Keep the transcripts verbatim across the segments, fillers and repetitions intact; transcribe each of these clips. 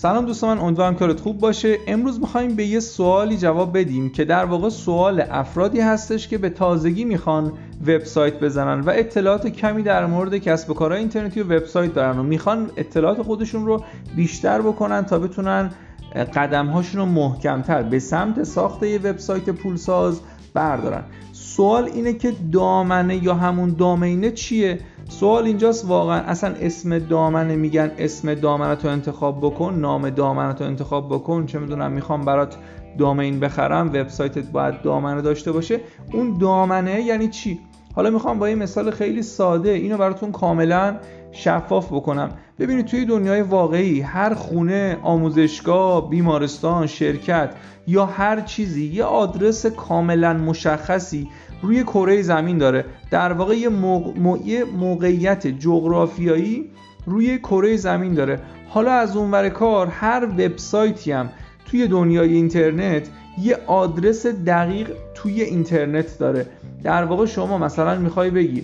سلام دوستان، من امیدوارم کارت خوب باشه. امروز می‌خوایم به یه سوالی جواب بدیم که در واقع سوال افرادی هستش که به تازگی میخوان وبسایت بزنن و اطلاعات کمی در مورد کسب و کارهای اینترنتی و وبسایت دارن و میخوان اطلاعات خودشون رو بیشتر بکنن تا بتونن قدم‌هاشون رو محکم‌تر به سمت ساخت یه وبسایت پولساز بردارن. سوال اینه که دامنه یا همون دامینه چیه؟ سوال اینجاست واقعا اصلا اسم دامنه میگن اسم دامنه تو انتخاب بکن، نام دامنه تو انتخاب بکن، چه میدونم میخوام برات دامین بخرم، وبسایتت باید دامنه داشته باشه. اون دامنه یعنی چی؟ حالا میخوام با این مثال خیلی ساده اینو براتون کاملا شفاف بکنم. ببینید توی دنیای واقعی هر خونه، آموزشگاه، بیمارستان، شرکت یا هر چیزی یه آدرس کاملا مشخصی روی کره زمین داره. در واقع یه موقع... موقعیت جغرافیایی روی کره زمین داره. حالا از اونور کار هر وبسایتی هم توی دنیای اینترنت یه آدرس دقیق توی اینترنت داره. در واقع شما مثلا میخوای بگی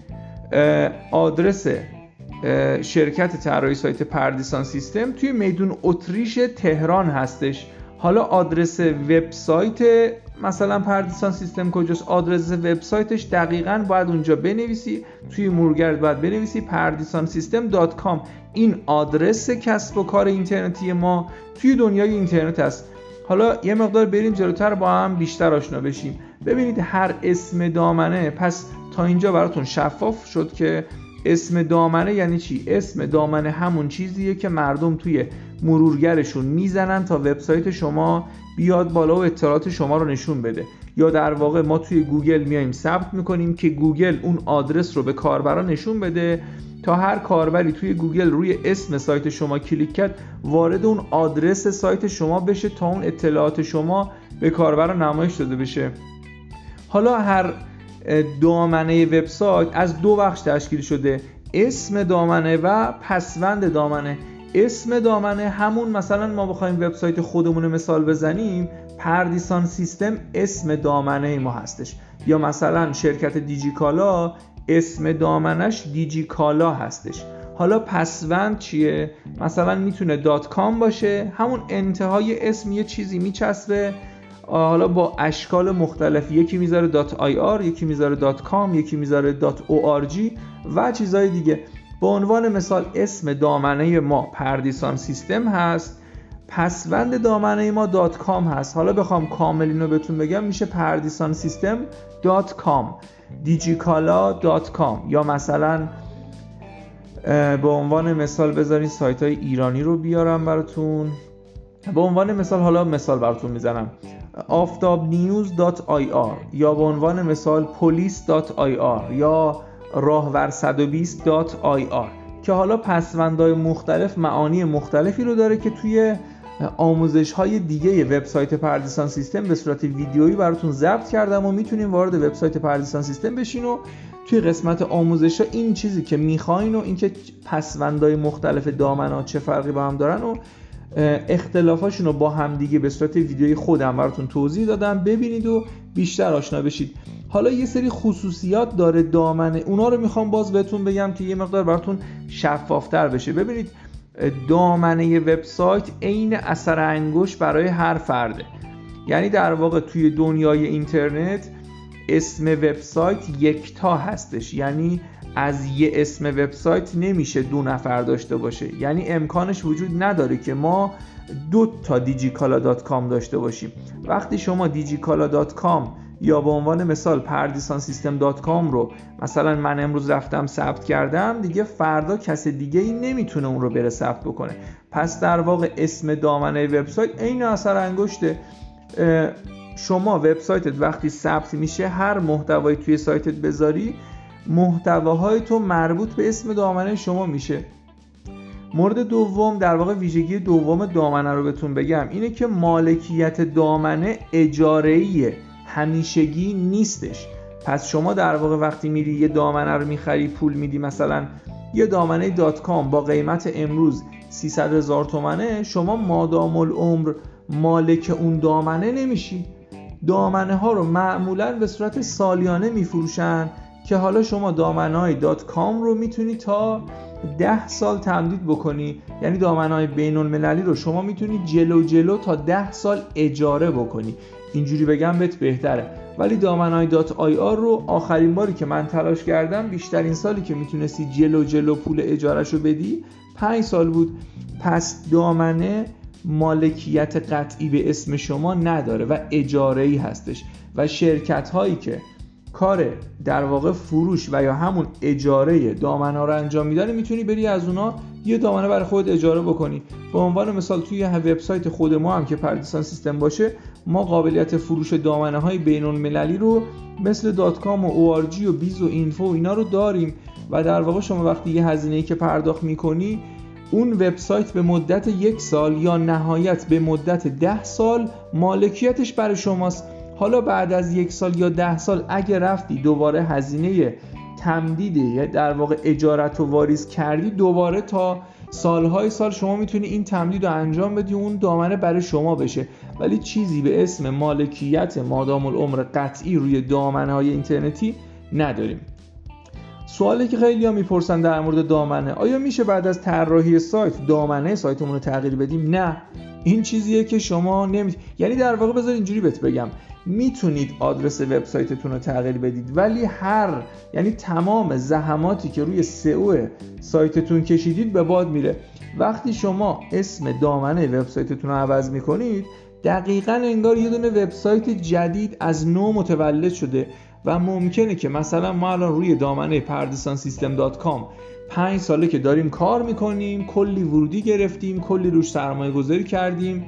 آدرس شرکت طراحی سایت پردیسان سیستم توی میدون اتریش تهران هستش. حالا آدرس وبسایت مثلا پردیسان سیستم کجاست؟ آدرس وبسایتش دقیقاً باید اونجا بنویسی، توی مرورگرد باید بنویسی پردیسان سیستم دات کام. این آدرس کسب و کار اینترنتی ما توی دنیای اینترنت است. حالا یه مقدار بریم جلوتر با هم بیشتر آشنا بشیم. ببینید هر اسم دامنه، پس تا اینجا براتون شفاف شد که اسم دامنه یعنی چی؟ اسم دامنه همون چیزیه که مردم توی مرورگرشون میزنن تا وبسایت شما بیاد بالا و اطلاعات شما رو نشون بده. یا در واقع ما توی گوگل میایم ثبت میکنیم که گوگل اون آدرس رو به کاربرا نشون بده تا هر کاربری توی گوگل روی اسم سایت شما کلیک کرد وارد اون آدرس سایت شما بشه تا اون اطلاعات شما به کاربرا نمایش داده بشه. حالا هر دامنه وبسایت از دو بخش تشکیل شده: اسم دامنه و پسوند دامنه. اسم دامنه همون مثلا ما بخوایم وبسایت خودمون مثال بزنیم، پردیسان سیستم اسم دامنه ما هستش. یا مثلا شرکت دیجیکالا اسم دامنش دیجیکالا هستش. حالا پسوند چیه؟ مثلا میتونه دات کام باشه، همون انتهای اسم یه چیزی میچسبه، حالا با اشکال مختلف، یکی میذاره دات آی آر، یکی میذاره دات کام، یکی میذاره دات او آر جی و چیزهای دیگه. به عنوان مثال اسم دامنه ما پردیسان سیستم هست، پسوند دامنه ما دات کام هست. حالا بخوام کامل اینو بهتون بگم میشه پردیسان سیستم دات کام، دیجیکالا دات کام. یا مثلا به عنوان مثال بذارین سایت های ایرانی رو بیارم براتون. به عنوان مثال حالا مثال براتون میزنم آفتاب نیوز دات آی آر، یا به عنوان مثال پلیس دات آی آر، یا راهور صد و بیست دات آی آر، که حالا پسوندهای مختلف معانی مختلفی رو داره که توی آموزش‌های دیگه وبسایت پردیسان سیستم به صورت ویدیویی براتون ضبط کردم و میتونین وارد وبسایت پردیسان سیستم بشین و توی قسمت آموزش‌ها این چیزی که میخواین و اینکه پسوندهای مختلف دامنه‌ها چه فرقی با هم دارن و اختلافاشون رو با هم دیگه به صورت ویدیویی خودم براتون توضیح دادم، ببینید و بیشتر آشنا بشید. حالا یه سری خصوصیات داره دامنه، اونا رو میخوام باز بهتون بگم که یه مقدار براتون شفافتر بشه. ببینید دامنه وبسایت عین اثر انگشت برای هر فرده. یعنی در واقع توی دنیای اینترنت اسم وبسایت یکتا هستش، یعنی از یه اسم وبسایت نمیشه دو نفر داشته باشه. یعنی امکانش وجود نداره که ما دو تا دیجیکالا دات کام داشته باشیم. وقتی شما دیجیکالا دات کام یا به عنوان مثال پردیسان سیستم دات کام رو مثلا من امروز رفتم ثبت کردم، دیگه فردا کس دیگه ای نمیتونه اون رو بره ثبت بکنه. پس در واقع اسم دامنه وبسایت عین اثر انگشته. شما وبسایتت وقتی ثبت میشه، هر محتوایی توی سایتت بذاری، محتواهای تو مربوط به اسم دامنه شما میشه. مورد دوم، در واقع ویژگی دوم دامنه رو بهتون بگم، اینه که مالکیت دامنه اجاره‌ایه، همیشگی نیستش. پس شما در واقع وقتی میری یه دامنه رو میخری، پول میدی، مثلا یه دامنه دات کام با قیمت امروز سیصد هزار تومنه، شما مادام العمر مالک اون دامنه نمیشی. دامنه ها رو معمولاً به صورت سالیانه میفروشن که حالا شما دامنه های دات کام رو میتونی تا ده سال تمدید بکنی، یعنی دامنه‌های بین‌المللی رو شما میتونی جلو جلو تا ده سال اجاره بکنی. اینجوری بگم بهت بهتره. ولی دامنه‌های .ir رو آخرین باری که من تلاش کردم بیشترین سالی که میتونستی جلو جلو پول اجارهشو بدی پنج سال بود. پس دامنه مالکیت قطعی به اسم شما نداره و اجاره‌ای هستش و شرکت هایی که کار در واقع فروش و یا همون اجاره دامنه ها رو انجام میدن میتونی بری از اونا یه دامنه برای خود اجاره بکنی. به عنوان مثال توی وبسایت خود ما هم که پردیسان سیستم باشه، ما قابلیت فروش دامنه های بین المللی رو مثل دات کام و او آر جی و بیز و اینفو اینا رو داریم و در واقع شما وقتی یه هزینه‌ای که پرداخت میکنی اون وبسایت به مدت یک سال یا نهایت به مدت ده سال مالکیتش برای شماست. حالا بعد از یک سال یا ده سال اگه رفتی دوباره هزینه تمدید یا در واقع اجارت رو واریز کردی، دوباره تا سالهای سال شما میتونی این تمدید رو انجام بدی، اون دامنه برای شما بشه. ولی چیزی به اسم مالکیت مادام العمر قطعی روی دامنه های اینترنتی نداریم. سوالی که خیلی ها میپرسن در مورد دامنه، آیا میشه بعد از طراحی سایت دامنه سایتمون رو تغییر بدیم؟ نه، این چیزیه که شما نمی... یعنی در واقع بذار اینجوری بهت بگم، میتونید آدرس وبسایتتون رو تغییر بدید ولی هر یعنی تمام زحماتی که روی سئو سایتتون کشیدید به باد میره. وقتی شما اسم دامنه وبسایتتون رو عوض میکنید دقیقاً انگار یه دونه وبسایت جدید از نو متولد شده و ممکنه که مثلا ما الان روی دامنه پردیسان سیستم دات کام پنج ساله که داریم کار میکنیم، کلی ورودی گرفتیم، کلی روش سرمایه گذاری کردیم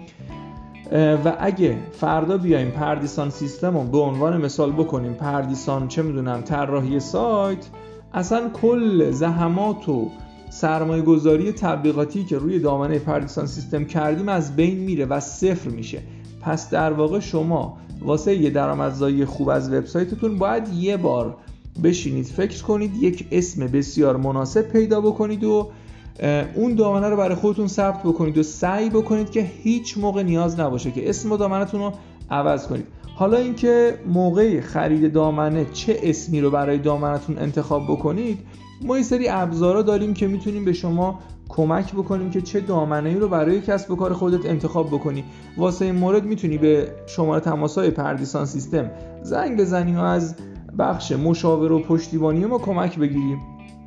و اگه فردا بیایم پردیسان سیستم رو به عنوان مثال بکنیم پردیسان چه میدونم طراحی سایت، اصلا کل زحمات و سرمایه گذاری تبلیغاتی که روی دامنه پردیسان سیستم کردیم از بین میره و صفر میشه. پس در واقع شما واسه یه درآمدزایی خوب از وبسایتتون باید یه بار بشینید فکر کنید، یک اسم بسیار مناسب پیدا بکنید و اون دامنه رو برای خودتون ثبت بکنید و سعی بکنید که هیچ موقع نیاز نباشه که اسم دامنه‌تون رو عوض کنید. حالا اینکه موقع خرید دامنه چه اسمی رو برای دامنه‌تون انتخاب بکنید، ما یه سری ابزارا داریم که میتونیم به شما کمک بکنیم که چه دامنه‌ای رو برای کسب و کار خودت انتخاب بکنی. واسه این مورد میتونی به شماره تماس‌های پردیسان سیستم زنگ بزنی و از بخش مشاوره و پشتیبانی ما کمک بگیریم.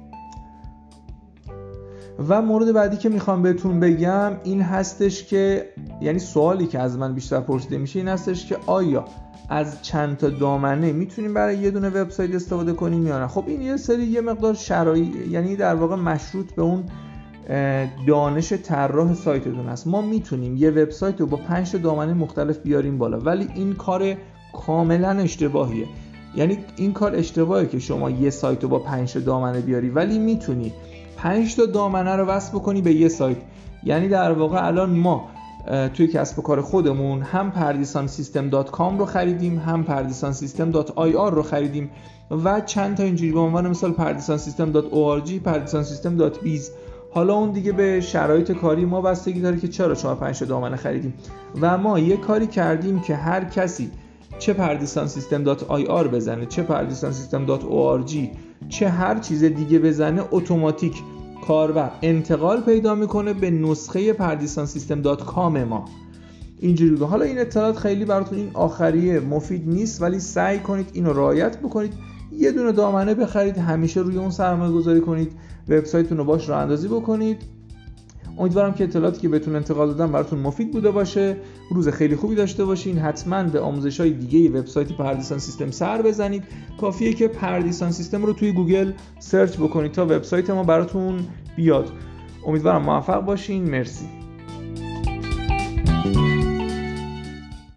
و مورد بعدی که میخوام بهتون بگم این هستش که یعنی سوالی که از من بیشتر پرسیده میشه این هستش که آیا از چند تا دامنه میتونیم برای یه دونه وبسایت استفاده کنیم یا نه؟ خب این یه سری یه مقدار شرایط یعنی در واقع مشروط به اون دانش طراح سایتتون هست. ما میتونیم یه وبسایت رو با پنج تا دامنه مختلف بیاریم بالا، ولی این کار کاملا اشتباهیه. یعنی این کار اشتباهه که شما یه سایت رو با پنج تا دامنه بیاری، ولی میتونی پنج تا دامنه رو وصل بکنی به یه سایت. یعنی در واقع الان ما توی کسب و کار خودمون هم پردیسان سیستم دات کام رو خریدیم، هم پردیسان سیستم دات آی آر رو خریدیم و چند تا اینجوری به عنوان مثال پردیسان سیستم دات او آر جی، پردیسان سیستم دات بیز. حالا اون دیگه به شرایط کاری ما بستگی داره که چرا چهار پنج تا دامنه خریدیم و ما یه کاری کردیم که هر کسی چه پردیسان سیستم دات آی آر بزنه، چه پردیسان سیستم دات او آر جی، چه هر چیز دیگه بزنه، اتوماتیک کاربر انتقال پیدا میکنه به نسخه پردیسان سیستم دات کام ما. اینجوری بگم. حالا این اطلاعات خیلی براتون این آخریه مفید نیست، ولی سعی کنید اینو رعایت بکنید. یه دونه دامنه بخرید، همیشه روی اون سرمایه گذاری کنید، وبسایتتون رو باش راه اندازی بکنید. امیدوارم که اطلاعاتی که بهتون انتقال دادم براتون مفید بوده باشه. روز خیلی خوبی داشته باشین. حتما به آموزش‌های دیگه وبسایت پردیسان سیستم سر بزنید. کافیه که پردیسان سیستم رو توی گوگل سرچ بکنید تا وبسایت ما براتون بیاد. امیدوارم موفق باشین. مرسی.